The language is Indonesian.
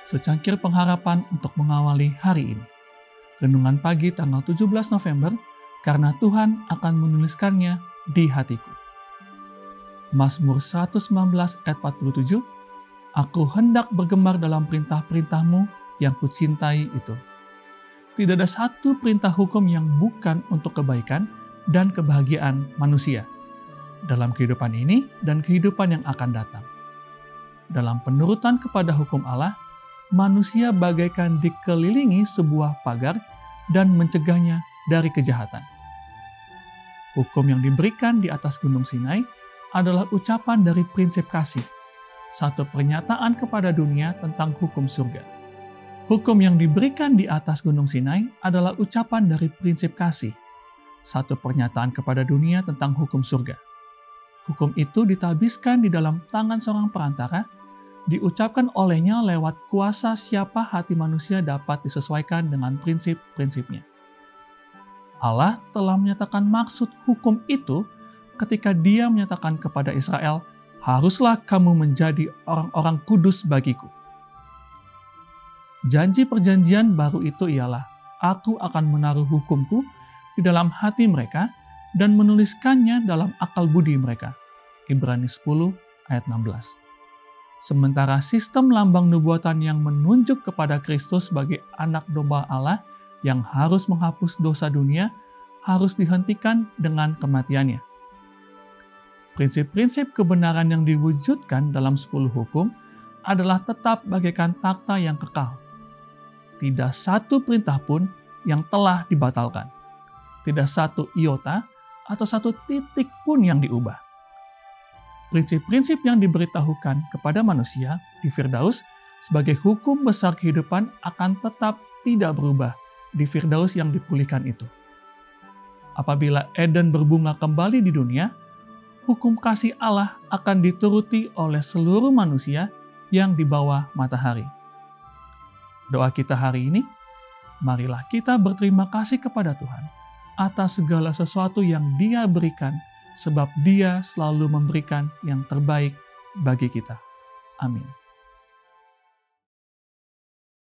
secangkir pengharapan untuk mengawali hari ini. Renungan pagi tanggal 17 November, karena Tuhan akan menuliskannya di hatiku. Mazmur 119 ayat 47, Aku hendak bergemar dalam perintah-perintah-Mu yang kucintai itu. Tidak ada satu perintah hukum yang bukan untuk kebaikan dan kebahagiaan manusia dalam kehidupan ini dan kehidupan yang akan datang. Dalam penurutan kepada hukum Allah, manusia bagaikan dikelilingi sebuah pagar dan mencegahnya dari kejahatan. Hukum yang diberikan di atas Gunung Sinai adalah ucapan dari prinsip kasih, satu pernyataan kepada dunia tentang hukum surga. Hukum yang diberikan di atas Gunung Sinai adalah ucapan dari prinsip kasih, satu pernyataan kepada dunia tentang hukum surga. Hukum itu ditabiskan di dalam tangan seorang perantara, diucapkan olehnya lewat kuasa siapa hati manusia dapat disesuaikan dengan prinsip-prinsipnya. Allah telah menyatakan maksud hukum itu ketika Dia menyatakan kepada Israel, haruslah kamu menjadi orang-orang kudus bagiku. Janji perjanjian baru itu ialah, aku akan menaruh hukumku di dalam hati mereka dan menuliskannya dalam akal budi mereka. Ibrani 10 ayat 16. Sementara sistem lambang nubuatan yang menunjuk kepada Kristus sebagai anak domba Allah yang harus menghapus dosa dunia harus dihentikan dengan kematiannya. Prinsip-prinsip kebenaran yang diwujudkan dalam 10 hukum adalah tetap bagaikan takhta yang kekal. Tidak satu perintah pun yang telah dibatalkan. Tidak satu iota atau satu titik pun yang diubah. Prinsip-prinsip yang diberitahukan kepada manusia di Firdaus sebagai hukum besar kehidupan akan tetap tidak berubah di Firdaus yang dipulihkan itu. Apabila Eden berbunga kembali di dunia, hukum kasih Allah akan dituruti oleh seluruh manusia yang di bawah matahari. Doa kita hari ini, marilah kita berterima kasih kepada Tuhan atas segala sesuatu yang Dia berikan, sebab Dia selalu memberikan yang terbaik bagi kita. Amin.